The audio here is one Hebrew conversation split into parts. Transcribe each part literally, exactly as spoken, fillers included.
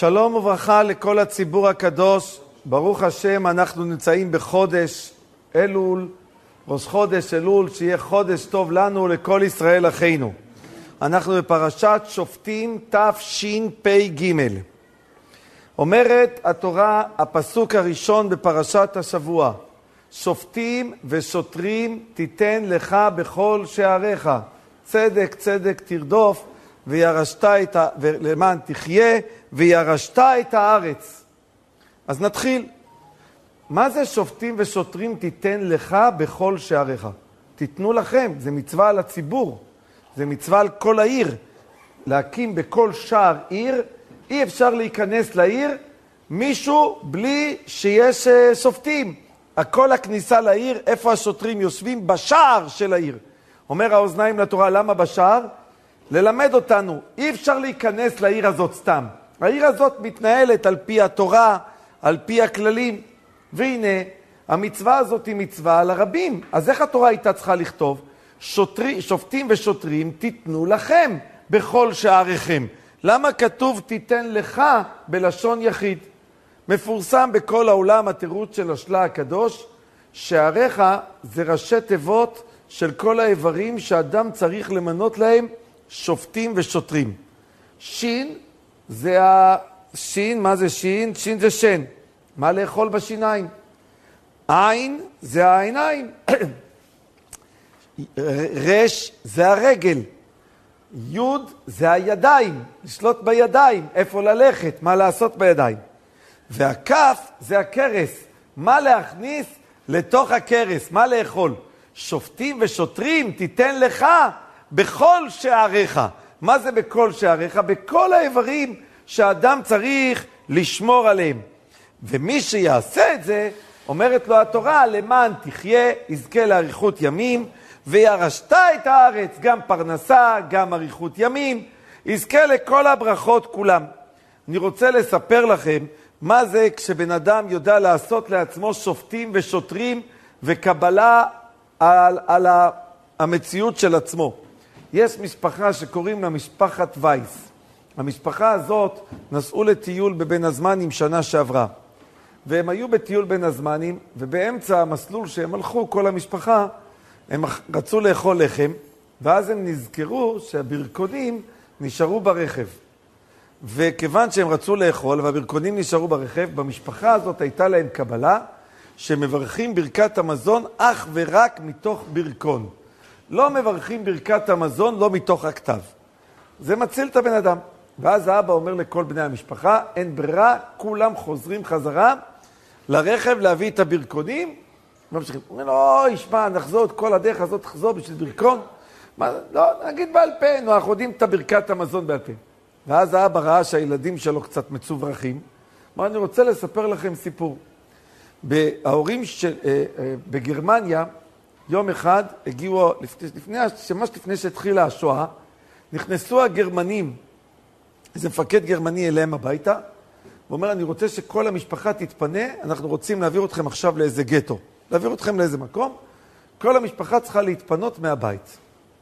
שלום וברכה לכל הציבור הקדוש. ברוך השם, אנחנו נמצאים בחודש אלול, ראש חודש אלול, שיהיה חודש טוב לנו לכל ישראל אחינו. אנחנו בפרשת שופטים תשפ"ג. אומרת התורה, הפסוק הראשון בפרשת השבוע, שופטים ושוטרים תיתן לך בכל שעריך, צדק צדק תרדוף וירשת את ה... ולמען תחיה וירשת את הארץ. אז נתחיל. מה זה שופטים ושוטרים תיתן לך בכל שעריך? תיתנו לכם, זה מצווה על הציבור, זה מצווה על כל העיר. להקים בכל שער עיר, אי אפשר להיכנס לעיר מישהו בלי שיש שופטים. הכל הכניסה לעיר, איפה השוטרים יושבים? בשער של העיר. אומר האוזניים לתורה, למה בשער? ללמד אותנו, אי אפשר להיכנס לעיר הזאת סתם. העיר הזאת מתנהלת על פי התורה, על פי הכללים. והנה, המצווה הזאת היא מצווה על הרבים. אז איך התורה הייתה צריכה לכתוב? שוטרי, שופטים ושוטרים תיתנו לכם בכל שעריכם. למה כתוב תיתן לך בלשון יחיד? מפורסם בכל העולם התירוץ של השלה הקדוש, שעריך זה ראשי תיבות של כל האיברים שאדם צריך למנות להם שופטים ושוטרים. שין זה השין, מה זה שין? שין זה שן. מה לאכול בשיניים? עין זה העיניים. רש זה הרגל. יוד זה הידיים, לשלוט בידיים, איפה ללכת, מה לעשות בידיים. והכף זה הכרס, מה להכניס לתוך הכרס, מה לאכול. שופטים ושוטרים תיתן לך בכל שעריך. מה זה בכל שעריך? בכל האיברים שהאדם צריך לשמור עליהם. ומי שיעשה את זה, אומרת לו התורה, למען תחיה, יזכה לאריכות ימים, וירשת את הארץ, גם פרנסה, גם אריכות ימים, יזכה לכל הברכות כולם. אני רוצה לספר לכם מה זה כשבן אדם יודע לעשות לעצמו שופטים ושוטרים וקבלה על, על המציאות של עצמו. יש משפחה שקוראים לה משפחת וייס. המשפחה הזאת נסעו לטיול בבין הזמנים שנה שעברה. והם היו בטיול בין הזמנים, ובאמצע המסלול שהם הלכו, כל המשפחה, הם רצו לאכול לחם, ואז הם נזכרו שהברכונים נשארו ברכב. וכיוון שהם רצו לאכול, והברכונים נשארו ברכב, במשפחה הזאת הייתה להם קבלה, שמברכים ברכת המזון אך ורק מתוך ברכון. לא מברכים ברכת המזון, לא מתוך הכתב. זה מציל את הבן אדם. ואז האבא אומר לכל בני המשפחה, אין ברירה, כולם חוזרים חזרה לרכב להביא את הברכונים, ממשיכים. אומרים לו, אוי, שמע, נחזור את כל הדרך הזאת, תחזור בשביל ברכון. מה, לא, נגיד בעל פה, אנחנו יודעים את ברכת המזון בעל פה. ואז האבא ראה שהילדים שלו קצת מצוברחים. אמר, אני רוצה לספר לכם סיפור. ההורים של, אה, אה, בגרמניה, יום אחד הגיעו, לפני, לפני, ממש לפני שהתחילה השואה, נכנסו הגרמנים, איזה מפקד גרמני אליהם הביתה, הוא אומר, אני רוצה שכל המשפחה תתפנה, אנחנו רוצים להעביר אתכם עכשיו לאיזה גטו. להעביר אתכם לאיזה מקום, כל המשפחה צריכה להתפנות מהבית.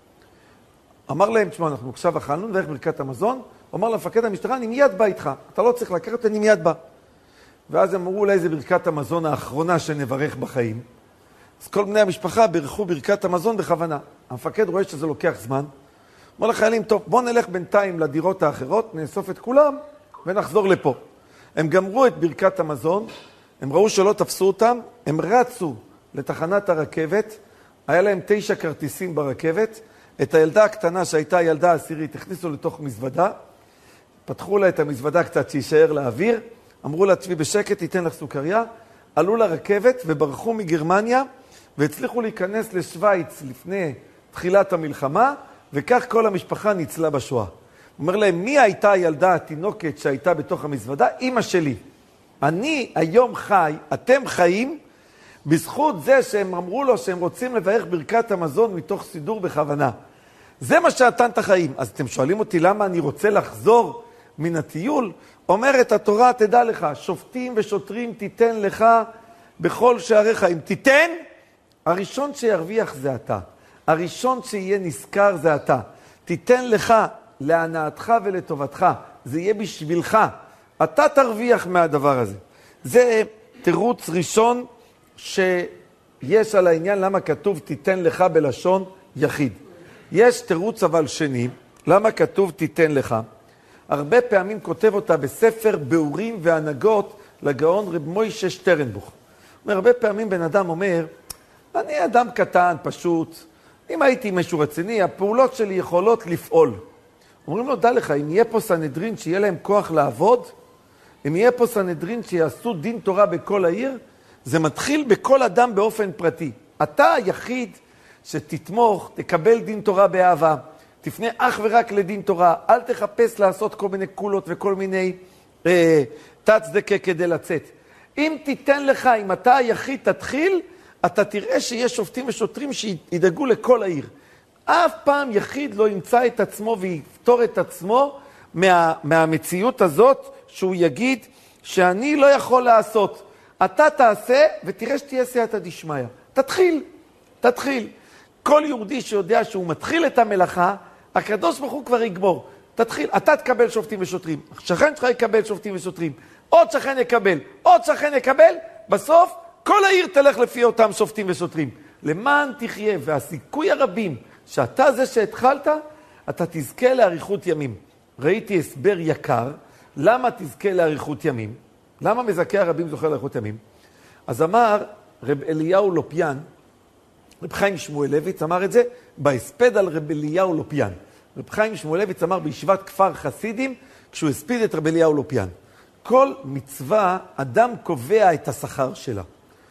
אמר להם, תשמע, אנחנו עכשיו אכלנו, דרך ברכת המזון, הוא אמר למפקד המשטרה, אני מיד בא איתך, אתה לא צריך לקחת, אני מיד בא. ואז הם אמרו, אולי זה ברכת המזון האחרונה שנברך בחיים. אז כל בני המשפחה ברכו ברכת המזון בכוונה. המפקד רואה שזה לוקח זמן, אומר לחיילים, טוב, בוא נלך בינתיים לדירות האחרות, נאסוף את כולם ונחזור לפה. הם גמרו את ברכת המזון, הם ראו שלא תפסו אותם, הם רצו לתחנת הרכבת, היה להם תשע כרטיסים ברכבת, את הילדה הקטנה שהייתה הילדה העשירית, הכניסו לתוך מזוודה, פתחו לה את המזוודה קצת שישאר לאוויר, אמרו לה, תשבי בשקט, תיתן לך סוכריה, עלו לרכבת וברחו מגרמניה, והצליחו להיכנס לשוויץ לפני תחילת המלחמה, וכך כל המשפחה ניצלה בשואה. הוא אומר להם, מי הייתה הילדה התינוקת שהייתה בתוך המזוודה? אמא שלי. אני היום חי, אתם חיים, בזכות זה שהם אמרו לו שהם רוצים לברך ברכת המזון מתוך סידור בכוונה. זה מה שנתן את החיים. אז אתם שואלים אותי למה אני רוצה לחזור מן הטיול? אומרת התורה, תדע לך, שופטים ושוטרים תיתן לך בכל שעריך. אם תיתן, הראשון שירוויח זה אתה. הראשון שיהיה נזכר זה אתה. תיתן לך להנאתך ולטובתך. זה יהיה בשבילך. אתה תרוויח מהדבר הזה. זה תירוץ ראשון שיש על העניין למה כתוב תיתן לך בלשון יחיד. יש תירוץ אבל שני, למה כתוב תיתן לך. הרבה פעמים כותב אותה בספר ביאורים והנהגות לגאון רב מוישה שטרנבוך. אומר, הרבה פעמים בן אדם אומר, אני אדם קטן, פשוט, אם הייתי משהו רציני, הפעולות שלי יכולות לפעול. אומרים לו, דע לך, אם יהיה פה סנהדרין שיהיה להם כוח לעבוד, אם יהיה פה סנהדרין שיעשו דין תורה בכל העיר, זה מתחיל בכל אדם באופן פרטי. אתה היחיד שתתמוך, תקבל דין תורה באהבה, תפנה אך ורק לדין תורה, אל תחפש לעשות כל מיני קולות וכל מיני אה, תצדקה כדי לצאת. אם תיתן לך, אם אתה היחיד תתחיל, אתה תראה שיש שופטים ושוטרים שידאגו לכל העיר. אף פעם יחיד לא ימצא את עצמו ויפתור את עצמו מה, מהמציאות הזאת, שהוא יגיד שאני לא יכול לעשות. אתה תעשה ותראה שתהיה סייעתא דשמיא. תתחיל, תתחיל. כל יהודי שיודע שהוא מתחיל את המלאכה, הקדוש ברוך הוא כבר יגמור. תתחיל, אתה תקבל שופטים ושוטרים. שכן שלך יקבל שופטים ושוטרים. עוד שכן יקבל, עוד שכן יקבל. בסוף כל העיר תלך לפי אותם שופטים ושוטרים. למען תחיה, והסיכוי הרבים שאתה זה שהתחלת, אתה תזכה לאריכות ימים. ראיתי הסבר יקר, למה תזכה לאריכות ימים? למה מזכה הרבים זוכה לאריכות ימים? אז אמר רב אליהו לופיאן, רב חיים שמואלביץ אמר את זה, בהספד על רב אליהו לופיאן. רב חיים שמואלביץ אמר בישיבת כפר חסידים, כשהוא הספיד את רב אליהו לופיאן. כל מצווה, אדם קובע את השכר שלה.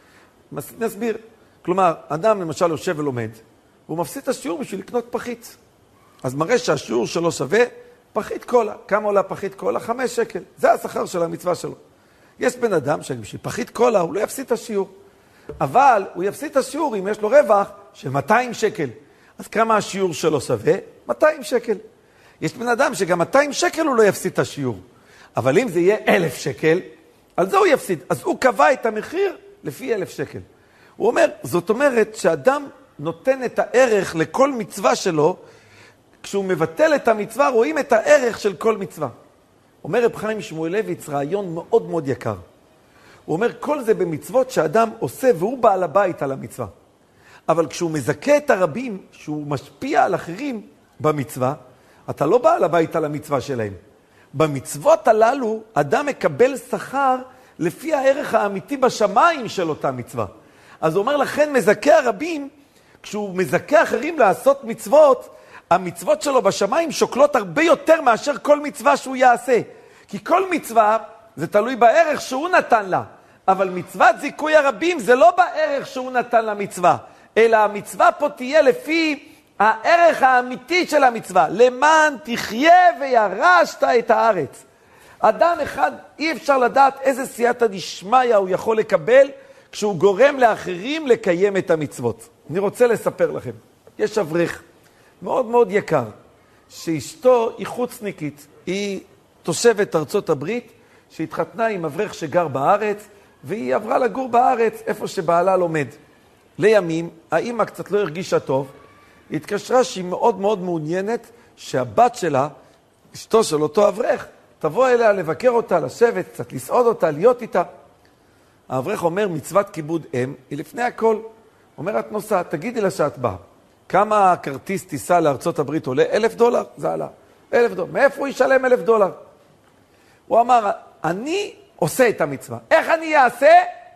נסביר. כלומר, אדם למשל יושב ולומד, והוא מפסיד את השיעור בשביל לקנות פחית. אז מראה שהשיעור שלו שווה פחית קולה. כמה עולה פחית קולה? חמש שקל. זה השכר של המצווה שלו. יש בן אדם שבשביל פחית קולה הוא לא יפסיד את השיעור. אבל הוא יפסיד את השיעור אם יש לו רווח של מאתיים שקל. אז כמה השיעור שלו שווה? מאתיים שקל. יש בן אדם שגם מאתיים שקל הוא לא יפסיד את השיעור. אבל אם זה יהיה אלף שקל, על זה הוא יפסיד. אז הוא קבע את המחיר לפי אלף שקל. הוא אומר, זאת אומרת שאדם נותן את הערך לכל מצווה שלו, כשהוא מבטל את המצווה, רואים את הערך של כל מצווה. אומר רב חיים שמואלביץ רעיון מאוד מאוד יקר. הוא אומר, כל זה במצוות שאדם עושה והוא בעל הבית על המצווה. אבל כשהוא מזכה את הרבים, שהוא משפיע על אחרים במצווה, אתה לא בעל הבית על המצווה שלהם. במצוות הללו, אדם מקבל שכר לפי הערך האמיתי בשמיים של אותה מצווה. אז הוא אומר, לכן מזכה הרבים, כשהוא מזכה אחרים לעשות מצוות, המצוות שלו בשמיים שוקלות הרבה יותר מאשר כל מצווה שהוא יעשה. כי כל מצווה זה תלוי בערך שהוא נתן לה. אבל מצוות זיכוי הרבים זה לא בערך שהוא נתן למצווה, אלא המצווה פה תהיה לפי הערך האמיתי של המצווה. למען תחיה וירשת את הארץ. אדם אחד אי אפשר לדעת איזה סייעתא דשמיא הוא יכול לקבל כשהוא גורם לאחרים לקיים את המצוות. אני רוצה לספר לכם. יש אברך מאוד מאוד יקר, שאשתו היא חוצניקית, היא תושבת ארצות הברית, שהתחתנה עם אברך שגר בארץ, והיא עברה לגור בארץ איפה שבעלה לומד. לימים, האמא קצת לא הרגישה טוב, היא התקשרה שהיא מאוד מאוד מעוניינת שהבת שלה, אשתו של אותו אברך, תבוא אליה לבקר אותה, לשבת, קצת לסעוד אותה, להיות איתה. האברך אומר, מצוות כיבוד אם היא לפני הכל. אומר, את נוסעת, תגידי לה שאת באה. כמה הכרטיס טיסה לארצות הברית עולה? אלף דולר? זה עלה. אלף דולר. מאיפה הוא ישלם אלף דולר? הוא אמר, אני עושה את המצווה. איך אני אעשה?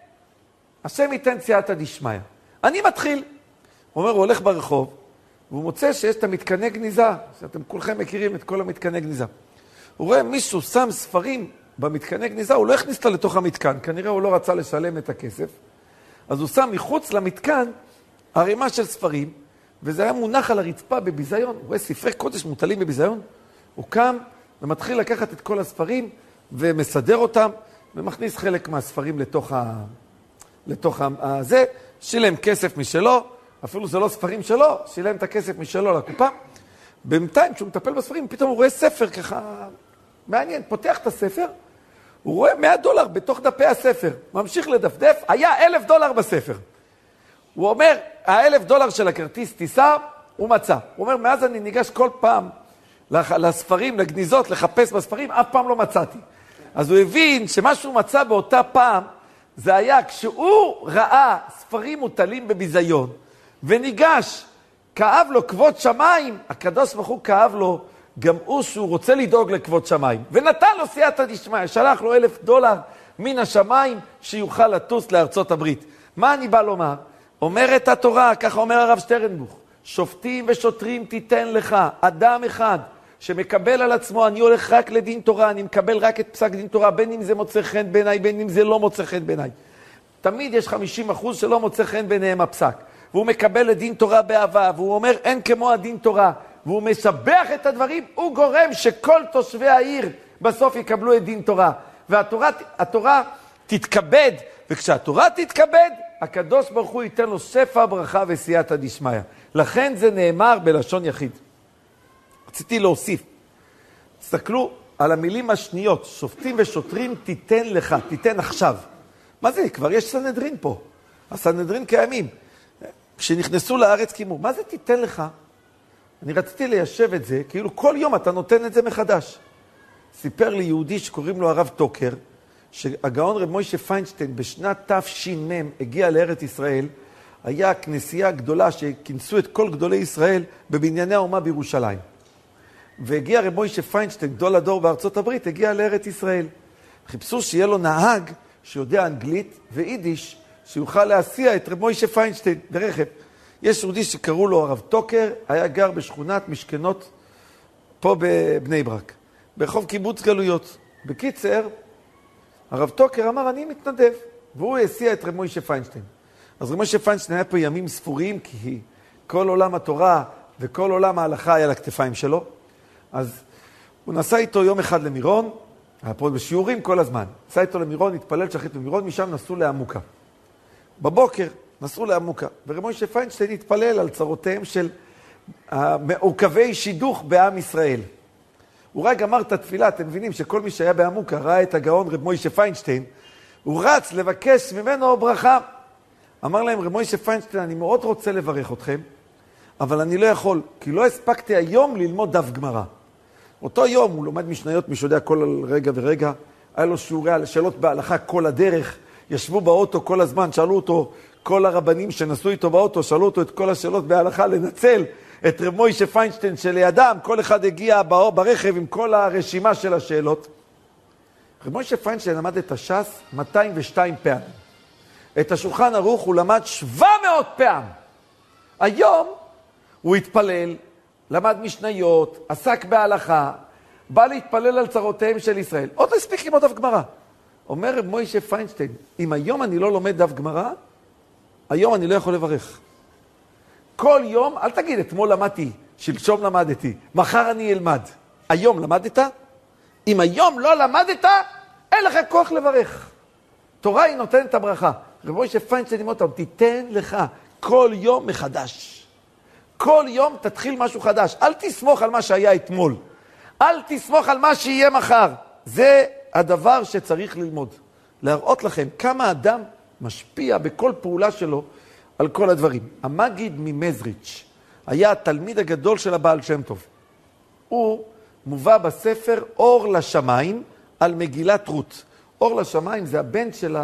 השם ייתן סייעתא דשמיא. אני מתחיל. הוא אומר, הוא הולך ברחוב, והוא מוצא שיש את המתקני גניזה, שאתם כולכם מכירים את כל המתקני גניזה. הוא רואה מישהו שם ספרים במתקני גניזה, הוא לא הכניס אותה לתוך המתקן, כנראה הוא לא רצה לשלם את הכסף, אז הוא שם מחוץ למתקן ערימה של ספרים, וזה היה מונח על הרצפה בביזיון. הוא רואה ספרי קודש מוטלים בביזיון, הוא קם ומתחיל לקחת את כל הספרים ומסדר אותם, ומכניס חלק מהספרים לתוך ה... לתוך ה... זה, שילם כסף משלו, אפילו זה לא ספרים שלו, שילם את הכסף משלו לקופה. בינתיים, כשהוא מטפל בספרים, פתאום הוא רואה ספר ככה מעניין, פותח את הספר, הוא רואה מאה דולר בתוך דפי הספר, ממשיך לדפדף, היה אלף דולר בספר. הוא אומר, האלף דולר של הכרטיס טיסה, הוא מצא. הוא אומר, מאז אני ניגש כל פעם לספרים, לגניזות, לחפש בספרים, אף פעם לא מצאתי. אז הוא הבין שמה שהוא מצא באותה פעם, זה היה כשהוא ראה ספרים מוטלים בביזיון, וניגש, כאב לו כבוד שמיים, הקדוש ברוך הוא כאב לו, גם הוא שהוא רוצה לדאוג לכבוד שמיים, ונתן לו סייעתא דשמיא, שלח לו אלף דולר מן השמיים, שיוכל לטוס לארצות הברית. מה אני בא לומר? אומרת התורה, ככה אומר הרב שטרנבוך, שופטים ושוטרים תיתן לך, אדם אחד שמקבל על עצמו, אני הולך רק לדין תורה, אני מקבל רק את פסק דין תורה, בין אם זה מוצא חן בעיניי, בין אם זה לא מוצא חן בעיניי. תמיד יש חמישים אחוז שלא מוצא חן ביניהם הפסק. והוא מקבל לדין תורה באהבה, והוא אומר אין כמו הדין תורה, והוא משבח את הדברים, הוא גורם שכל תושבי העיר בסוף יקבלו את דין תורה. והתורה התורה תתכבד, וכשהתורה תתכבד, הקדוש ברוך הוא ייתן לו שפע ברכה וסייעתא דשמיא. לכן זה נאמר בלשון יחיד. רציתי להוסיף. תסתכלו על המילים השניות, שופטים ושוטרים תיתן לך, תיתן עכשיו. מה זה? כבר יש סנהדרין פה. הסנהדרין קיימים. כשנכנסו לארץ קימו. מה זה תיתן לך? אני רציתי ליישב את זה, כאילו כל יום אתה נותן את זה מחדש. סיפר לי יהודי שקוראים לו הרב טוקר, שהגאון רב מוישה פיינשטיין בשנת תש"מ הגיע לארץ ישראל, היה כנסייה גדולה שכינסו את כל גדולי ישראל בבנייני האומה בירושלים. והגיע רב מוישה פיינשטיין, גדול הדור בארצות הברית, הגיע לארץ ישראל. חיפשו שיהיה לו נהג שיודע אנגלית ויידיש, שיוכל להסיע את רב מוישה פיינשטיין ברכב. יש יהודי שקראו לו הרב טוקר, היה גר בשכונת משכנות פה בבני ברק, ברחוב קיבוץ גלויות. בקיצר, הרב טוקר אמר, אני מתנדב, והוא הסיע את רב מוישה פיינשטיין. אז רב מוישה פיינשטיין היה פה ימים ספוריים, כי כל עולם התורה וכל עולם ההלכה היה לכתפיים שלו. אז הוא נסע איתו יום אחד למירון, היה פה בשיעורים כל הזמן. נסע איתו למירון, התפלל שחית במירון, משם נסעו לעמוקה. בבוקר נסעו לעמוקה, ורב מוישה פיינשטיין התפלל על צרותיהם של מעוכבי שידוך בעם ישראל. הוא רק אמר את התפילה, אתם מבינים שכל מי שהיה בעמוקה ראה את הגאון רב מוישה פיינשטיין, הוא רץ לבקש ממנו ברכה. אמר להם רב מוישה פיינשטיין, אני מאוד רוצה לברך אתכם, אבל אני לא יכול, כי לא הספקתי היום ללמוד דף גמרא. אותו יום הוא לומד משניות, מי שיודע כל רגע ורגע, היה לו שיעורי שאלות בהלכה כל הדרך, ישבו באוטו כל הזמן, שאלו אותו, כל הרבנים שנסעו איתו באוטו, שאלו אותו את כל השאלות בהלכה, לנצל את רב מוישה פיינשטיין שלידם, כל אחד הגיע ברכב עם כל הרשימה של השאלות. רב מוישה פיינשטיין למד את הש"ס מאתיים ושתיים פעם. את השולחן ערוך הוא למד שבע מאות פעם. היום הוא התפלל, למד משניות, עסק בהלכה, בא להתפלל על צרותיהם של ישראל. עוד לא הספיק ללמוד דף גמרא. אומר רב מוישה פיינשטיין, אם היום אני לא לומד דף גמרא, היום אני לא יכול לברך. כל יום, אל תגיד, אתמול למדתי, שלשום למדתי, מחר אני אלמד. היום למדת? אם היום לא למדת, אין לך כוח לברך. תורה היא נותנת את הברכה. רב מוישה פיינשטיין לימד אותם, תיתן לך כל יום מחדש. כל יום תתחיל משהו חדש. אל תסמוך על מה שהיה אתמול. אל תסמוך על מה שיהיה מחר. זה הדבר שצריך ללמוד. להראות לכם כמה אדם משפיע בכל פעולה שלו על כל הדברים. המגיד ממזריץ' היה התלמיד הגדול של הבעל שם טוב. הוא מובא בספר אור לשמיים על מגילת רות. אור לשמיים זה הבן של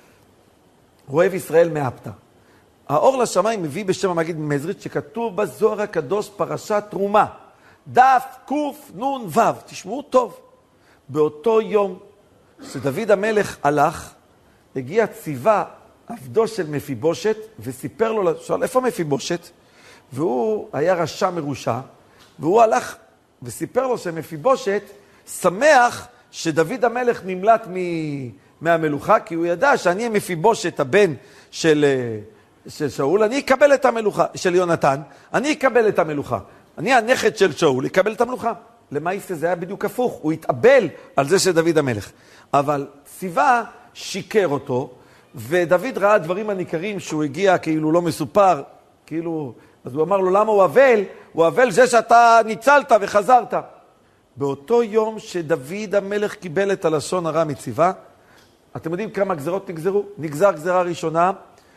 אוהב ישראל מאפתא. האור לשמיים מביא בשם המגיד ממזריץ' שכתוב בזוהר הקדוש פרשת תרומה. דף קוף נון וו. תשמעו טוב. באותו יום שדוד המלך הלך, הגיע ציווה עבדו של מפיבושת, וסיפר לו, שואל, איפה מפיבושת? והוא היה רשע מרושע, והוא הלך וסיפר לו שמפיבושת שמח שדוד המלך נמלט מהמלוכה, כי הוא ידע שאני מפיבושת הבן של, של שאול, אני אקבל את המלוכה, של יונתן, אני אקבל את המלוכה. אני הנכד של שאול, אקבל את המלוכה. למעשה זה היה בדיוק הפוך, הוא התאבל על זה של דוד המלך. אבל ציווה שיקר אותו, ודוד ראה דברים הניכרים שהוא הגיע כאילו לא מסופר, כאילו, אז הוא אמר לו, למה הוא אבל? הוא אבל זה שאתה ניצלת וחזרת. באותו יום שדוד המלך קיבל את הלשון הרע מציווה, אתם יודעים כמה גזרות נגזרו? נגזר גזרה ראשונה,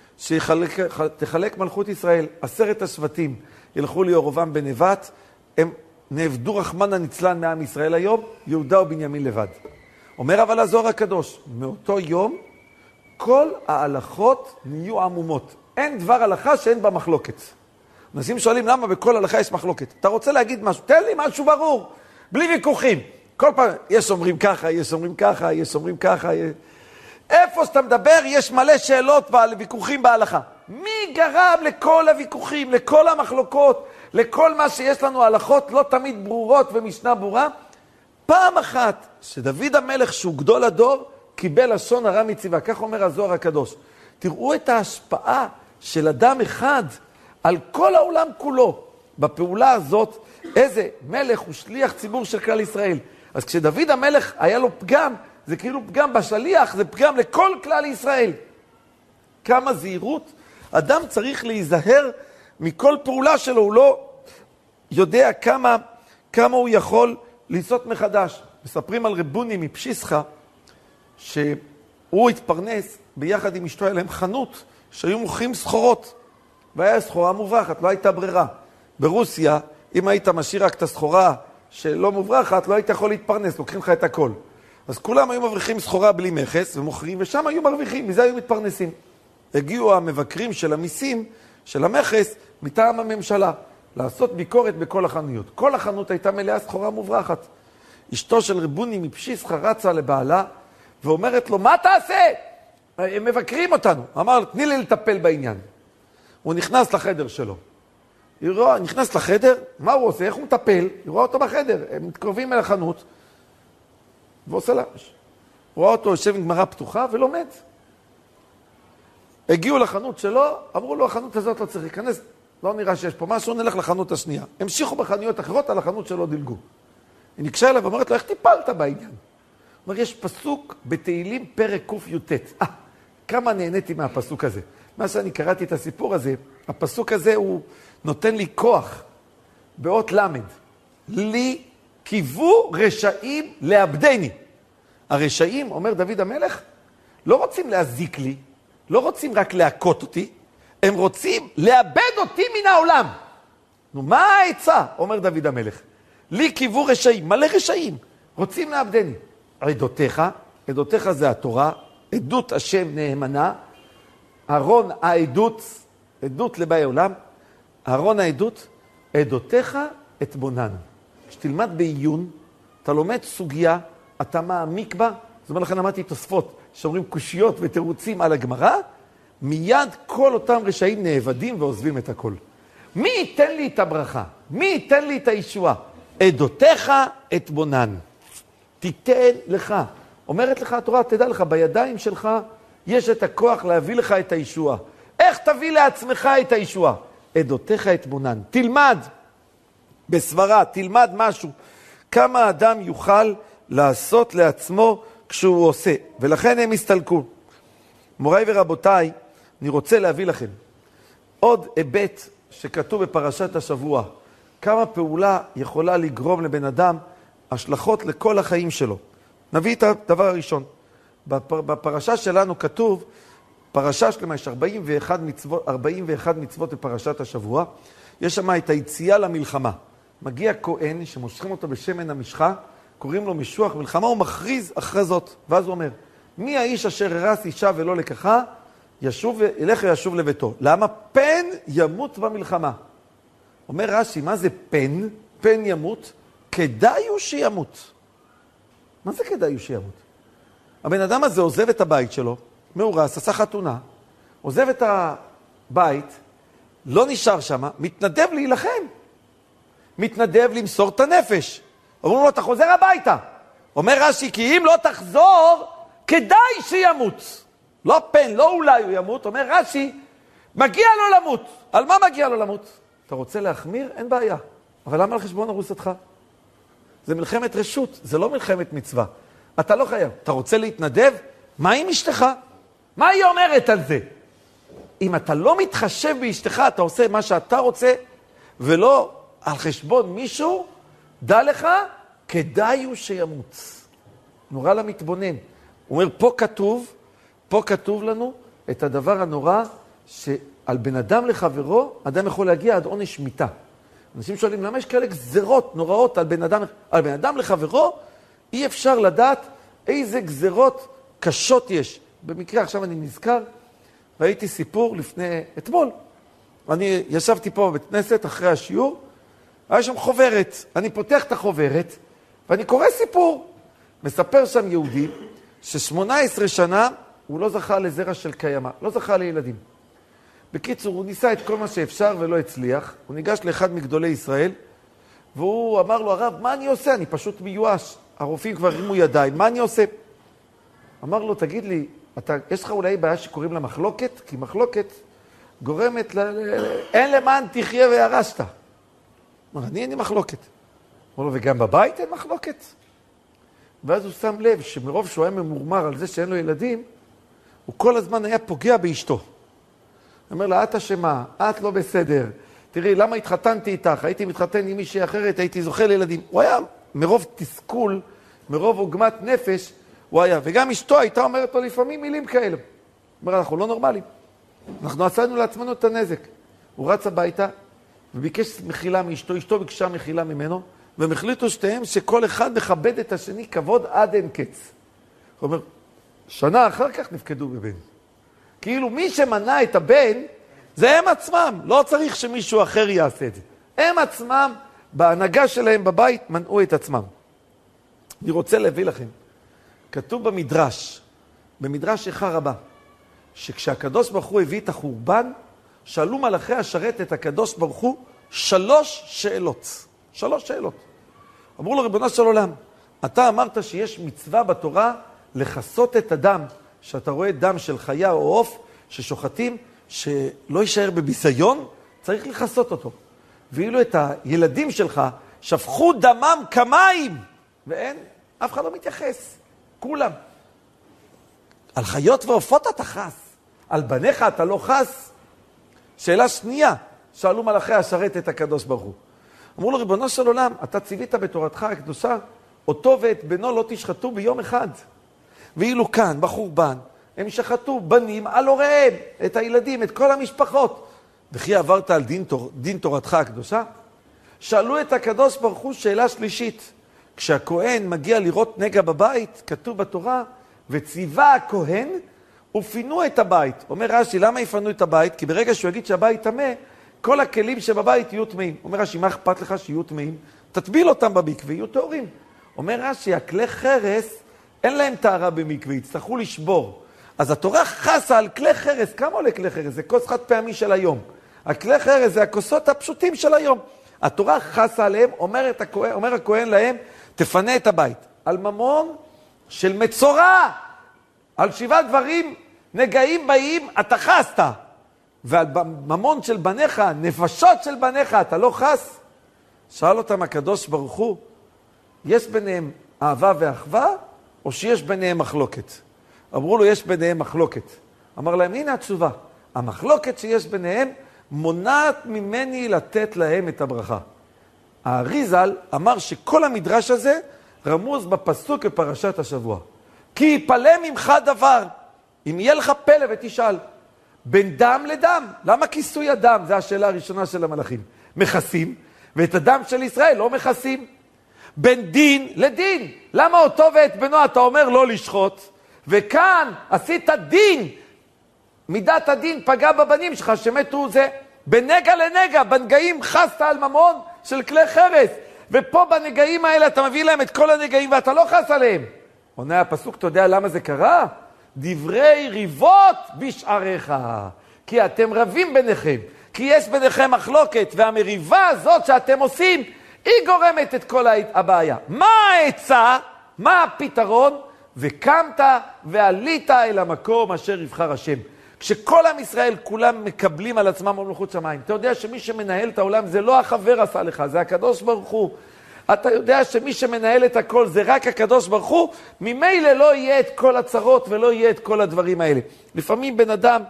שתחלק מלכות ישראל, עשרת השבטים ילכו לירובעם בן נבט, הם נעבדו רחמן הנצלן מעם ישראל היום, יהודה ובנימין לבד. אומר אבל הזוהר הקדוש, מאותו יום כל ההלכות נהיו עמומות. אין דבר הלכה שאין בה מחלוקת. אנשים שואלים למה בכל הלכה יש מחלוקת. אתה רוצה להגיד משהו? תן לי משהו ברור, בלי ויכוחים. כל פעם, יש אומרים ככה, יש אומרים ככה, יש אומרים ככה. יש... איפה שאתה מדבר יש מלא שאלות וויכוחים בהלכה. מי גרם לכל הוויכוחים, לכל המחלוקות, לכל מה שיש לנו הלכות לא תמיד ברורות ומשנה ברורה? פעם אחת שדוד המלך שהוא גדול הדור קיבל לשון הרע מציווה, כך אומר הזוהר הקדוש. תראו את ההשפעה של אדם אחד על כל העולם כולו. בפעולה הזאת, איזה מלך הוא שליח ציבור של כלל ישראל. אז כשדוד המלך היה לו פגם, זה כאילו פגם בשליח, זה פגם לכל כלל ישראל. כמה זהירות, אדם צריך להיזהר מכל פעולה שלו, הוא לא יודע כמה, כמה הוא יכול לעשות מחדש. מספרים על רבוני מפשיסחה, שהוא התפרנס ביחד עם אשתו, היה להם חנות שהיו מוכרים סחורות, והיה סחורה מוברחת, לא הייתה ברירה. ברוסיה, אם היית משאיר רק את הסחורה שלא מוברחת, לא היית יכול להתפרנס, לוקחים לך את הכל. אז כולם היו מבריחים סחורה בלי מכס ומוכרים, ושם היו מרוויחים, מזה היו מתפרנסים. הגיעו המבקרים של המיסים, של המכס, מטעם הממשלה, לעשות ביקורת בכל החנויות. כל החנות הייתה מלאה סחורה מוברחת. אשתו של רבוני מפשיסחה רצה לבעלה, ואומרת לו, מה תעשה? הם מבקרים אותנו. אמר, תני לי לטפל בעניין. הוא נכנס לחדר שלו. היא רואה, נכנס לחדר, מה הוא עושה? איך הוא מטפל? היא רואה אותו בחדר, הם מתקרבים אל החנות, ועושה לה. הוא רואה אותו יושב עם גמרא פתוחה ולומד. הגיעו לחנות שלו, אמרו לו, החנות הזאת לא צריך להיכנס, לא נראה שיש פה משהו, נלך לחנות השנייה. המשיכו בחנויות אחרות, על החנות שלו דילגו. היא נקשה אליו ואומרת לו, איך טיפלת בעניין? הוא אומר, יש פסוק בתהילים פרק קי"ט. אה, כמה נהניתי מהפסוק הזה. מה שאני קראתי את הסיפור הזה, הפסוק הזה הוא נותן לי כוח באות למד. לי קיוו רשעים לאבדני. הרשעים, אומר דוד המלך, לא רוצים להזיק לי, לא רוצים רק להכות אותי, הם רוצים לאבד אותי מן העולם. נו, מה העצה? אומר דוד המלך. לי קיוו רשעים, מלא רשעים, רוצים לאבדני. עדותיך, עדותיך זה התורה, עדות השם נאמנה, ארון העדות, עדות לבאי עולם, ארון העדות, עדותיך אתבונן. כשתלמד בעיון, אתה לומד סוגיה, אתה מעמיק בה, זאת אומרת לכן למדתי תוספות, שאומרים קושיות ותירוצים על הגמרא, מיד כל אותם רשעים נאבדים ועוזבים את הכל. מי ייתן לי את הברכה? מי ייתן לי את הישועה? עדותיך אתבונן. תיתן לך. אומרת לך התורה, תדע לך, בידיים שלך יש את הכוח להביא לך את הישועה. איך תביא לעצמך את הישועה? עדותיך אתבונן. תלמד בסברה, תלמד משהו. כמה אדם יוכל לעשות לעצמו כשהוא עושה. ולכן הם הסתלקו. מוריי ורבותיי, אני רוצה להביא לכם עוד היבט שכתוב בפרשת השבוע. כמה פעולה יכולה לגרום לבן אדם השלכות לכל החיים שלו. נביא את הדבר הראשון. בפרשה שלנו כתוב, פרשה שלמה, יש ארבעים ואחת מצוות, ארבעים ואחת מצוות בפרשת השבוע. יש שם את היציאה למלחמה. מגיע כהן שמושכים אותו בשמן המשחה, קוראים לו משוח מלחמה, הוא מכריז הכרזות. ואז הוא אומר, מי האיש אשר הרס אישה ולא לקחה, ישוב, ילך וישוב לביתו. למה? פן ימות במלחמה. אומר רש"י, מה זה פן? פן ימות? כדאי הוא שימות. מה זה כדאי הוא שימות? הבן אדם הזה עוזב את הבית שלו, מאורס, עשה חתונה, עוזב את הבית, לא נשאר שם, מתנדב להילחם. מתנדב למסור את הנפש. אומרים לו, אתה חוזר הביתה. אומר רש"י, כי אם לא תחזור, כדאי שימות. לא פן, לא אולי הוא ימות. אומר רש"י, מגיע לו למות. על מה מגיע לו למות? אתה רוצה להחמיר? אין בעיה. אבל למה על חשבון ארוסתך? זה מלחמת רשות, זה לא מלחמת מצווה. אתה לא חייב. אתה רוצה להתנדב? מה עם אשתך? מה היא אומרת על זה? אם אתה לא מתחשב באשתך, אתה עושה מה שאתה רוצה, ולא על חשבון מישהו, דע לך, כדאי הוא שימות. נורא למתבונן. הוא אומר, פה כתוב, פה כתוב לנו את הדבר הנורא, שעל בן אדם לחברו, אדם יכול להגיע עד עונש מיתה. אנשים שואלים, למה יש כאלה גזרות נוראות על בן אדם, על בן אדם לחברו? אי אפשר לדעת איזה גזרות קשות יש. במקרה עכשיו אני נזכר, ראיתי סיפור לפני, אתמול. אני ישבתי פה בבית כנסת אחרי השיעור, היה שם חוברת. אני פותח את החוברת, ואני קורא סיפור. מספר שם יהודי, ש-שמונה עשרה שנה הוא לא זכה לזרע של קיימה, לא זכה לילדים. בקיצור, הוא ניסה את כל מה שאפשר ולא הצליח. הוא ניגש לאחד מגדולי ישראל, והוא אמר לו, הרב, מה אני עושה? אני פשוט מיואש. הרופאים כבר הרימו ידיים, מה אני עושה? אמר לו, תגיד לי, אתה, יש לך אולי בעיה שקוראים לה מחלוקת? כי מחלוקת גורמת, ל... אין למען תחיה וירשת. אמר, אני אין לי מחלוקת. אמר לו, וגם בבית אין מחלוקת? ואז הוא שם לב שמרוב שהוא היה ממורמר על זה שאין לו ילדים, הוא כל הזמן היה פוגע באשתו. הוא אומר לה, את אשמה, את לא בסדר. תראי, למה התחתנתי איתך? הייתי מתחתן עם מישהי אחרת, הייתי זוכה לילדים. הוא היה מרוב תסכול, מרוב עוגמת נפש, הוא היה. וגם אשתו הייתה אומרת לו לפעמים מילים כאלה. הוא אומר, אנחנו לא נורמלים. אנחנו עשינו לעצמנו את הנזק. הוא רץ הביתה וביקש מחילה מאשתו, אשתו ביקשה מחילה ממנו, והם החליטו שתיהם שכל אחד מכבד את השני כבוד עד אין קץ. הוא אומר, שנה אחר כך נפקדו בבן. כאילו מי שמנע את הבן, זה הם עצמם. לא צריך שמישהו אחר יעשה את זה. הם עצמם, בהנהגה שלהם בבית, מנעו את עצמם. אני רוצה להביא לכם. כתוב במדרש, במדרש איכה רבה, שכשהקדוש ברוך הוא הביא את החורבן, שאלו מלאכי השרת את הקדוש ברוך הוא שלוש שאלות. שלוש שאלות. אמרו לו, ריבונו של עולם, אתה אמרת שיש מצווה בתורה לחסות את הדם, שאתה רואה דם של חיה או עוף ששוחטים, שלא יישאר בביזיון, צריך לחסות אותו. ואילו את הילדים שלך שפכו דמם כמים, ואין, אף אחד לא מתייחס. כולם. על חיות ועופות אתה חס, על בניך אתה לא חס. שאלה שנייה, שאלו מלאכי השרת את הקדוש ברוך הוא. אמרו לו, ריבונו של עולם, אתה ציווית בתורתך הקדושה, אותו ואת בנו לא תשחטו ביום אחד. ואילו כאן, בחורבן, הם שחטו בנים על הוריהם, את הילדים, את כל המשפחות. וכי עברת על דין, תור, דין תורתך הקדושה? שאלו את הקדוש ברוך הוא שאלה שלישית. כשהכהן מגיע לראות נגע בבית, כתוב בתורה, וציווה הכהן, ופינו את הבית. אומר רש"י, למה יפנו את הבית? כי ברגע שהוא יגיד שהבית טמא, כל הכלים שבבית יהיו טמאים. אומר רש"י, מה אכפת לך שיהיו טמאים? תטביל אותם במקווה, יהיו טהורים. אומר רש"י, הכלי חרס, אין להם טהרה במקווה, יצטרכו לשבור. אז התורה חסה על כלי חרס. כמה עולה כלי חרס? זה כוס חד פעמי של היום. הכלי חרס זה הכוסות הפשוטים של היום. התורה חסה עליהם, אומר, הכהן, אומר הכהן להם, תפנה את הבית. על ממון של מצורע, על שבעה דברים נגעים באים, אתה חסת. ועל ממון של בניך, נפשות של בניך, אתה לא חס? שאל אותם הקדוש ברוך הוא, יש ביניהם אהבה ואחווה, או שיש ביניהם מחלוקת? אמרו לו, יש ביניהם מחלוקת. אמר להם, הנה התשובה. המחלוקת שיש ביניהם מונעת ממני לתת להם את הברכה. האריז"ל אמר שכל המדרש הזה רמוז בפסוק בפרשת השבוע. כי יפלא ממך דבר, אם יהיה לך פלא ותשאל, בין דם לדם. למה כיסוי הדם? זו השאלה הראשונה של המלאכים. מכסים, ואת הדם של ישראל לא מכסים. בין דין לדין. למה אותו ואת בנו אתה אומר לא לשחוט? וכאן עשית דין. מידת הדין פגע בבנים שלך שמתו זה. בנגע לנגע, בנגעים חסת על ממון של כלי חרס. ופה בנגעים האלה אתה מביא להם את כל הנגעים ואתה לא חס עליהם. עונה הפסוק, אתה יודע למה זה קרה? דברי ריבות בשעריך. כי אתם רבים ביניכם. כי יש ביניכם מחלוקת, והמריבה הזאת שאתם עושים, היא גורמת את כל הבעיה. מה העצה? מה הפתרון? וקמת ועלית אל המקום אשר יבחר השם. כשכל עם ישראל כולם מקבלים על עצמם מלכות שמיים. אתה יודע שמי שמנהל את העולם זה לא החבר עשה לך, זה הקדוש ברוך הוא. אתה יודע שמי שמנהל את הכל זה רק הקדוש ברוך הוא, ממילא לא יהיה את כל הצרות ולא יהיה את כל הדברים האלה. לפעמים בן אדם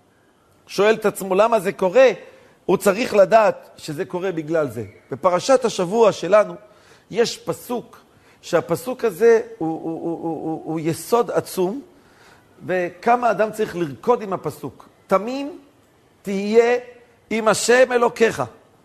שואל את עצמו למה זה קורה, הוא צריך לדעת שזה קורה בגלל זה. בפרשת השבוע שלנו יש פסוק, שהפסוק הזה הוא, הוא, הוא, הוא, הוא, הוא יסוד עצום, וכמה אדם צריך לרקוד עם הפסוק. תמים תהיה עם השם אלוקיך.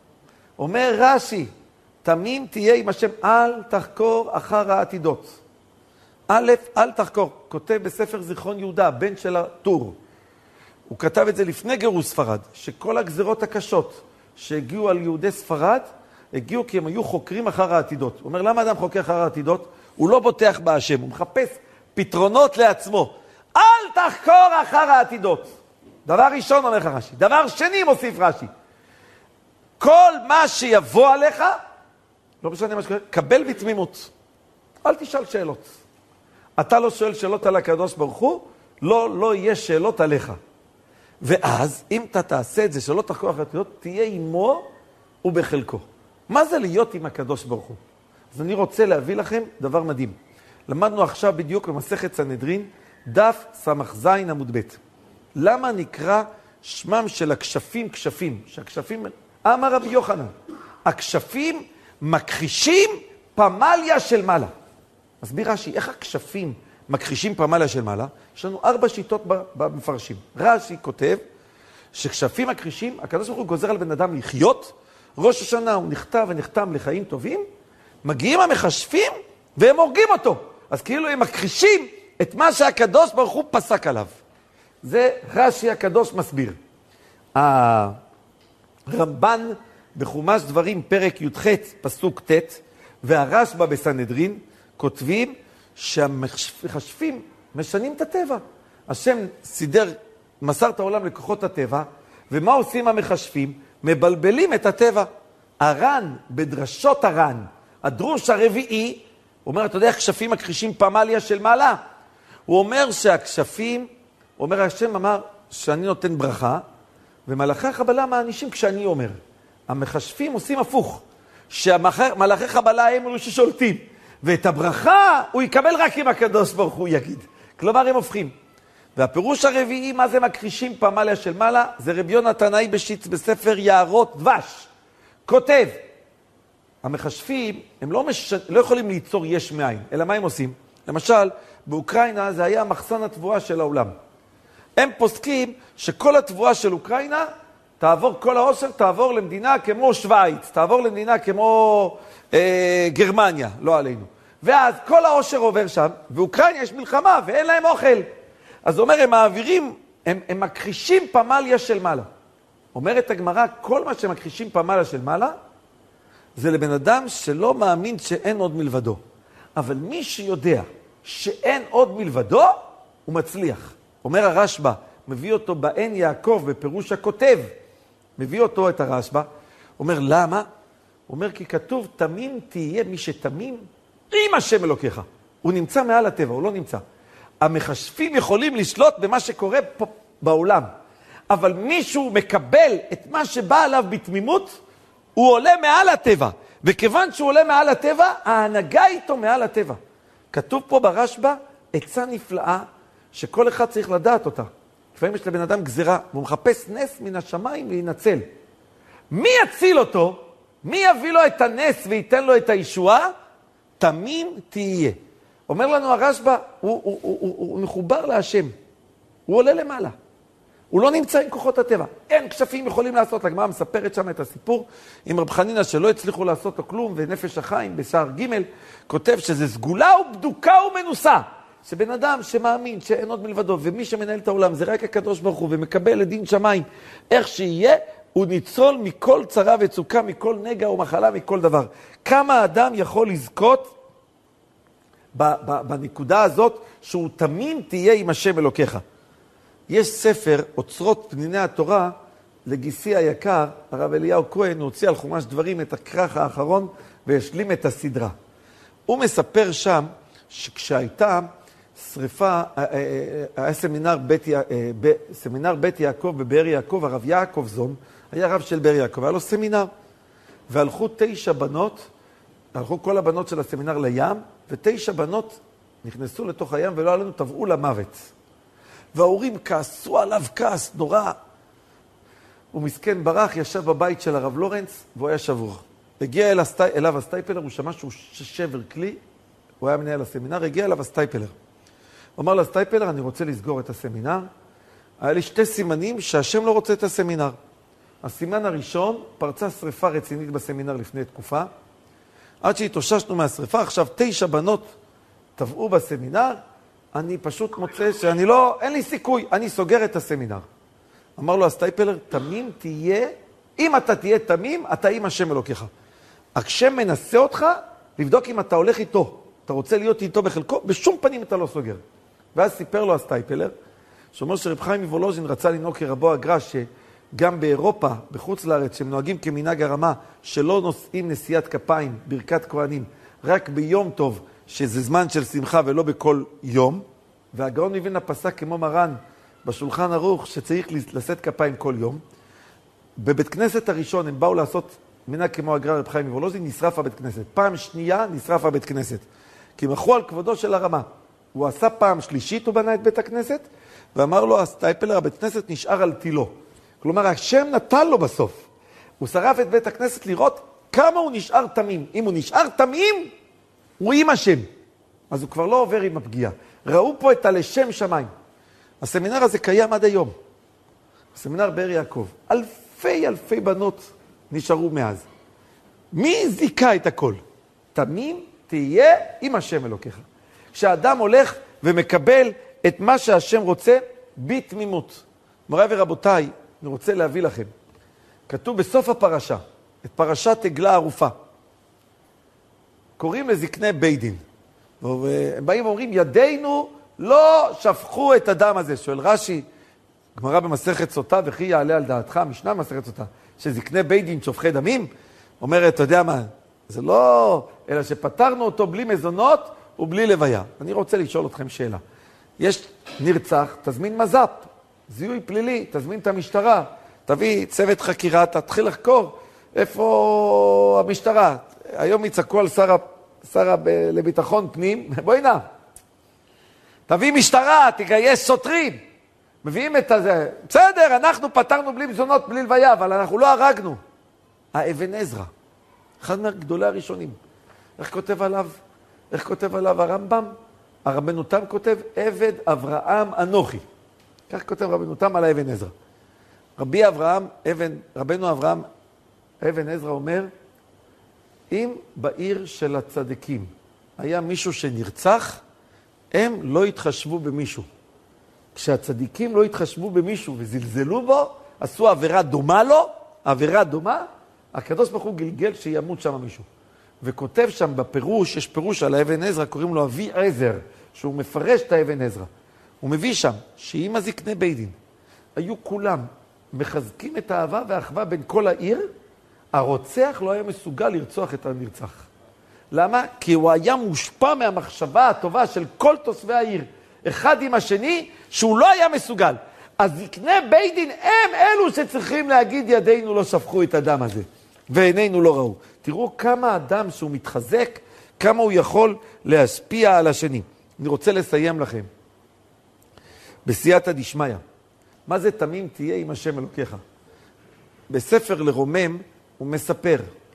אומר רש"י, תמים תהיה עם השם, אל תחקור אחר העתידות. א', אל תחקור. כותב בספר זיכרון יהודה, בן של הטור. הוא כתב את זה לפני גירוש ספרד, שכל הגזירות הקשות שהגיעו על יהודי ספרד, הגיעו כי הם היו חוקרים אחר העתידות. הוא אומר, למה אדם חוקר אחר העתידות? הוא לא בוטח בהשם, הוא מחפש פתרונות לעצמו. אל תחקור אחר העתידות. דבר ראשון אומר לך רש"י. דבר שני מוסיף רש"י. כל מה שיבוא עליך, לא משנה מה שקורה, קבל בתמימות. אל תשאל שאלות. אתה לא שואל שאלות על הקדוש ברוך הוא, לא, לא יהיה שאלות עליך. ואז, אם אתה תעשה את זה, שלא תחקור אחר העתידות, תהיה עמו ובחלקו. מה זה להיות עם הקדוש ברוך הוא? אז אני רוצה להביא לכם דבר מדהים. למדנו עכשיו בדיוק במסכת סנהדרין, דף סמ"ז עמוד ב'. למה נקרא שמם של הכשפים כשפים? שהכשפים, אמר רבי יוחנן, הכשפים מכחישים פמליה של מעלה. מסביר רש"י, איך הכשפים מכחישים פמליה של מעלה? יש לנו ארבע שיטות במפרשים. רש"י כותב שכשפים מכחישים, הקדוש ברוך הוא גוזר על בן אדם לחיות, ראש השנה הוא נכתב ונחתם לחיים טובים, מגיעים המכשפים והם הורגים אותו. אז כאילו הם מכחישים את מה שהקדוש ברוך הוא פסק עליו. זה רש"י הקדוש מסביר. הרמב"ן בחומש דברים פרק י"ח פסוק ט' והרשב"א בסנהדרין כותבים שהמכשפים משנים את הטבע. השם סידר, מסר את העולם לכוחות הטבע, ומה עושים המכשפים? מבלבלים את הטבע. הר"ן, בדרשות הר"ן, הדרוש הרביעי, הוא אומר, אתה יודע, הכשפים מכחישים פמליה של מעלה. הוא אומר שהכשפים, הוא אומר, השם אמר שאני נותן ברכה, ומלאכי החבלה מענישים כשאני אומר. המכשפים עושים הפוך, שהמלאכי חבלה הם אלו ששולטים, ואת הברכה הוא יקבל רק אם הקדוש ברוך הוא יגיד. כלומר, הם הופכים. והפירוש הרביעי, מה זה מכחישים פמליה של מעלה? זה רבי יונה תנאי בשיץ בספר יערות דבש. כותב, המכשפים, הם לא, מש... לא יכולים ליצור יש מאין, אלא מה הם עושים? למשל, באוקראינה זה היה מחסן התבואה של העולם. הם פוסקים שכל התבואה של אוקראינה, תעבור כל העושר, תעבור למדינה כמו שוויץ, תעבור למדינה כמו אה, גרמניה, לא עלינו. ואז כל העושר עובר שם, ואוקראינה יש מלחמה ואין להם אוכל. אז אומר, הם מעבירים, הם, הם מכחישים פמליה של מעלה. אומרת הגמרא, כל מה שמכחישים פמליה של מעלה, זה לבן אדם שלא מאמין שאין עוד מלבדו. אבל מי שיודע שאין עוד מלבדו, הוא מצליח. אומר הרשב"א, מביא אותו בעין יעקב, בפירוש הכותב, מביא אותו את הרשב"א, אומר, למה? אומר, כי כתוב, תמים תהיה מי שתמים עם השם אלוקיך. הוא נמצא מעל הטבע, הוא לא נמצא. המכשפים יכולים לשלוט במה שקורה פה בעולם. אבל מישהו מקבל את מה שבא עליו בתמימות, הוא עולה מעל הטבע. וכיוון שהוא עולה מעל הטבע, ההנהגה איתו מעל הטבע. כתוב פה ברשב"א, עצה נפלאה, שכל אחד צריך לדעת אותה. לפעמים יש לבן אדם גזירה, והוא מחפש נס מן השמיים להינצל. מי יציל אותו? מי יביא לו את הנס וייתן לו את הישועה? תמים תהיה. אומר לנו הרשב"א, הוא, הוא, הוא, הוא, הוא מחובר להשם. הוא עולה למעלה. הוא לא נמצא עם כוחות הטבע. אין כשפים יכולים לעשות. הגמרא מספרת שם את הסיפור עם רב חנינא שלא הצליחו לעשות לו כלום, ונפש החיים בשער ג' כותב שזה סגולה ובדוקה ומנוסה. שבן אדם שמאמין שאין עוד מלבדו, ומי שמנהל את העולם זה רק הקדוש ברוך הוא, ומקבל לדין שמיים, איך שיהיה, הוא ניצול מכל צרה וצוקה, מכל נגע ומחלה, מכל דבר. כמה אדם יכול לזכות בנקודה הזאת, שהוא תמים תהיה עם השם אלוקיך. יש ספר, אוצרות פניני התורה, לגיסי היקר, הרב אליהו כהן, הוא הוציא על חומש דברים את הכרך האחרון, והשלים את הסדרה. הוא מספר שם, שכשהייתה שריפה, היה סמינר בית, סמינר בית יעקב בבאר יעקב, הרב יעקב זון, היה רב של באר יעקב, היה לו סמינר, והלכו תשע בנות, הלכו כל הבנות של הסמינר לים, ותשע בנות נכנסו לתוך הים ולא עלינו, טבעו למוות. וההורים כעסו עליו כעס נורא. הוא מסכן ברח, ישב בבית של הרב לורנץ, והוא היה שבור. הגיע אל הסטי, אליו הסטייפלר, הוא שמע שהוא שבר כלי, הוא היה מנהל הסמינר, הגיע אליו הסטייפלר. הוא אמר לסטייפלר, אני רוצה לסגור את הסמינר. היה לי שתי סימנים שהשם לא רוצה את הסמינר. הסימן הראשון, פרצה שריפה רצינית בסמינר לפני תקופה. עד שהתאוששנו מהשריפה, עכשיו תשע בנות, טבעו בסמינר, אני פשוט מוצא שאני לא, אין לי סיכוי, אני סוגר את הסמינר. אמר לו הסטייפלר, תמים תהיה, אם אתה תהיה תמים, אתה עם השם אלוקיך. השם מנסה אותך לבדוק אם אתה הולך איתו. אתה רוצה להיות איתו בחלקו, בשום פנים אתה לא סוגר. ואז סיפר לו הסטייפלר, שאומר שרב חיים מוולוז'ין רצה לנהוג כרבו הגר"א, שגם באירופה, בחוץ לארץ, שהם נוהגים כמנהג הרמה, שלא נושאים נשיאת כפיים, ברכת כהנים, רק ביום טוב, שזה זמן של שמחה ולא בכל יום. והגאון מווילנה פסק כמו מרן בשולחן ערוך, שצריך לשאת כפיים כל יום. בבית כנסת הראשון הם באו לעשות מנהג כמו הגר"א רב חיים מוולוז'ין, נשרף הבית כנסת. פעם שנייה נשרף הבית כנסת. כי מחו על כבודו של הרמה. הוא עשה פעם שלישית, הוא בנה את בית הכנסת, ואמר לו הסטייפלר, הבית כנסת נשאר על תילו. כלומר, השם נתן לו בסוף. הוא שרף את בית הכנסת לראות כמה הוא נשאר תמים. אם הוא נשאר תמים, הוא עם השם. אז הוא כבר לא עובר עם הפגיעה. ראו פה את הלשם שמיים. הסמינר הזה קיים עד היום. הסמינר באר יעקב. אלפי אלפי בנות נשארו מאז. מי זיקה את הכל? תמים תהיה עם השם אלוקיך. כשאדם הולך ומקבל את מה שהשם רוצה בתמימות. מוריי ורבותיי, אני רוצה להביא לכם. כתוב בסוף הפרשה, את פרשת עגלה ערופה. קוראים לזקני בית דין. והם באים ואומרים, ידינו לא שפכו את הדם הזה. שואל רש"י, גמרא במסכת סוטה, וכי יעלה על דעתך, משנה במסכת סוטה, שזקני בית דין שופכי דמים? אומרת, אתה יודע מה, זה לא, אלא שפטרנו אותו בלי מזונות ובלי לוויה. אני רוצה לשאול אתכם שאלה. יש נרצח, תזמין מז"פ, זיהוי פלילי, תזמין את המשטרה, תביא צוות חקירה, תתחיל לחקור איפה המשטרה. היום יצעקו על שר, שר לביטחון פנים, בואי נע. תביא משטרה, תגייס שוטרים. מביאים את הזה. בסדר, אנחנו פתרנו בלי מזונות, בלי לוויה, אבל אנחנו לא הרגנו. האבן עזרא, אחד מהגדולי הראשונים. איך כותב עליו? איך כותב עליו הרמב"ם? הרבנו תם כותב, עבד אברהם אנוכי. כך כותב רבנו תם על האבן עזרא. רבי אברהם, אבן, רבנו אברהם, אבן עזרא אומר, אם בעיר של הצדיקים היה מישהו שנרצח, הם לא התחשבו במישהו. כשהצדיקים לא התחשבו במישהו וזלזלו בו, עשו עבירה דומה לו, עבירה דומה, הקדוש ברוך הוא גלגל שימות שם מישהו. וכותב שם בפירוש, יש פירוש על האבן עזרא, קוראים לו אבי עזר, שהוא מפרש את האבן עזרא. הוא מביא שם שאם הזקני בית דין היו כולם מחזקים את האהבה והאחווה בין כל העיר, הרוצח לא היה מסוגל לרצוח את הנרצח. למה? כי הוא היה מושפע מהמחשבה הטובה של כל תושבי העיר, אחד עם השני, שהוא לא היה מסוגל. אז זקני בית דין הם אלו שצריכים להגיד ידינו לא שפכו את הדם הזה, ועינינו לא ראו. תראו כמה אדם שהוא מתחזק, כמה הוא יכול להשפיע על השני. אני רוצה לסיים לכם. בסייעתא דשמיא. מה זה תמים תהיה עם השם אלוקיך? בספר לרומם הוא מספר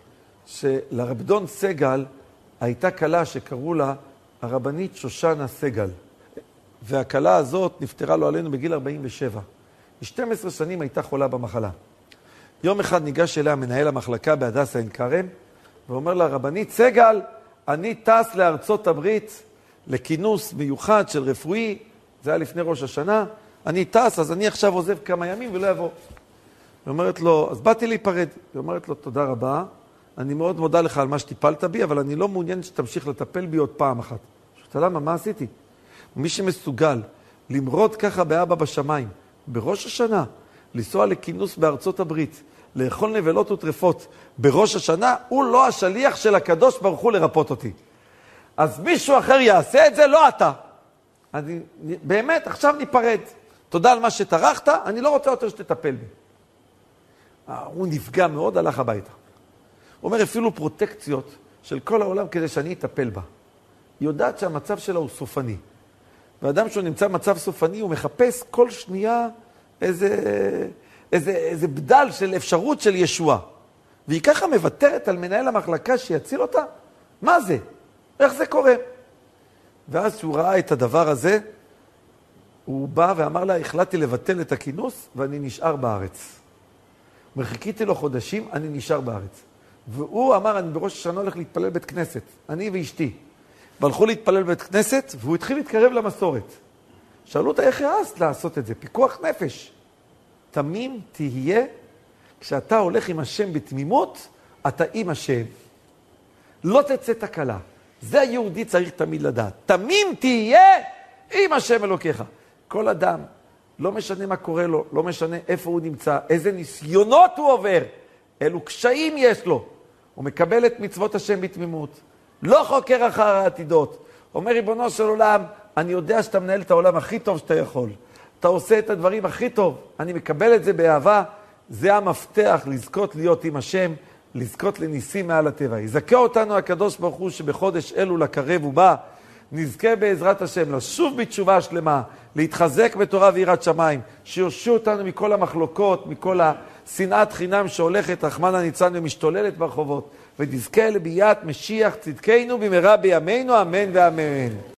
שלרבדון סגל הייתה קלה שקראו לה הרבנית שושנה סגל. והקלה הזאת נפטרה לו עלינו בגיל ארבעים ושבע. ב-שתים עשרה שנים הייתה חולה במחלה. יום אחד ניגש אליה מנהל המחלקה בהדסה עין כרם, ואומר לה, רבנית סגל, אני טס לארצות הברית לכינוס מיוחד של רפואי, זה היה לפני ראש השנה, אני טס, אז אני עכשיו עוזב כמה ימים ולא יבוא. היא אומרת לו, אז באתי להיפרד. היא אומרת לו, תודה רבה, אני מאוד מודה לך על מה שטיפלת בי, אבל אני לא מעוניין שתמשיך לטפל בי עוד פעם אחת. שאתה למה, מה עשיתי? מי שמסוגל למרוד ככה באבא בשמיים, בראש השנה, לנסוע לכינוס בארצות הברית, לאכול נבלות וטרפות בראש השנה, הוא לא השליח של הקדוש ברוך הוא לרפות אותי. אז מישהו אחר יעשה את זה, לא אתה. אני, באמת, עכשיו ניפרד. תודה על מה שטרחת, אני לא רוצה יותר שתטפל בי. הוא נפגע מאוד, הלך הביתה. הוא אומר, אפילו פרוטקציות של כל העולם כדי שאני אטפל בה. היא יודעת שהמצב שלה הוא סופני. ואדם שהוא נמצא במצב סופני, הוא מחפש כל שנייה איזה, איזה, איזה בדל של אפשרות של ישועה. והיא ככה מוותרת על מנהל המחלקה שיציל אותה? מה זה? איך זה קורה? ואז שהוא ראה את הדבר הזה, הוא בא ואמר לה, החלטתי לבטל את הכינוס ואני נשאר בארץ. מרחיקיתי לו חודשים, אני נשאר בארץ. והוא אמר, אני בראש השנה הולך להתפלל בית כנסת, אני ואשתי. והלכו להתפלל בבית כנסת, והוא התחיל להתקרב למסורת. שאלו אותה, איך העזת לעשות את זה? פיקוח נפש. תמים תהיה, כשאתה הולך עם השם בתמימות, אתה עם השם. לא תצא תקלה. זה היהודי צריך תמיד לדעת. תמים תהיה עם השם אלוקיך. כל אדם, לא משנה מה קורה לו, לא משנה איפה הוא נמצא, איזה ניסיונות הוא עובר, אילו קשיים יש לו. הוא מקבל את מצוות השם בתמימות. לא חוקר אחר העתידות. אומר ריבונו של עולם, אני יודע שאתה מנהל את העולם הכי טוב שאתה יכול. אתה עושה את הדברים הכי טוב. אני מקבל את זה באהבה. זה המפתח לזכות להיות עם השם, לזכות לניסים מעל הטבע. יזכה אותנו הקדוש ברוך הוא שבחודש אלול הקרב ובא, נזכה בעזרת השם לשוב בתשובה שלמה, להתחזק בתורה ויראת שמיים, שיושיע אותנו מכל המחלוקות, מכל השנאת חינם שהולכת רחמנא ליצלן ומשתוללת ברחובות, ונזכה לביאת משיח צדקנו במהרה בימינו, אמן ואמן.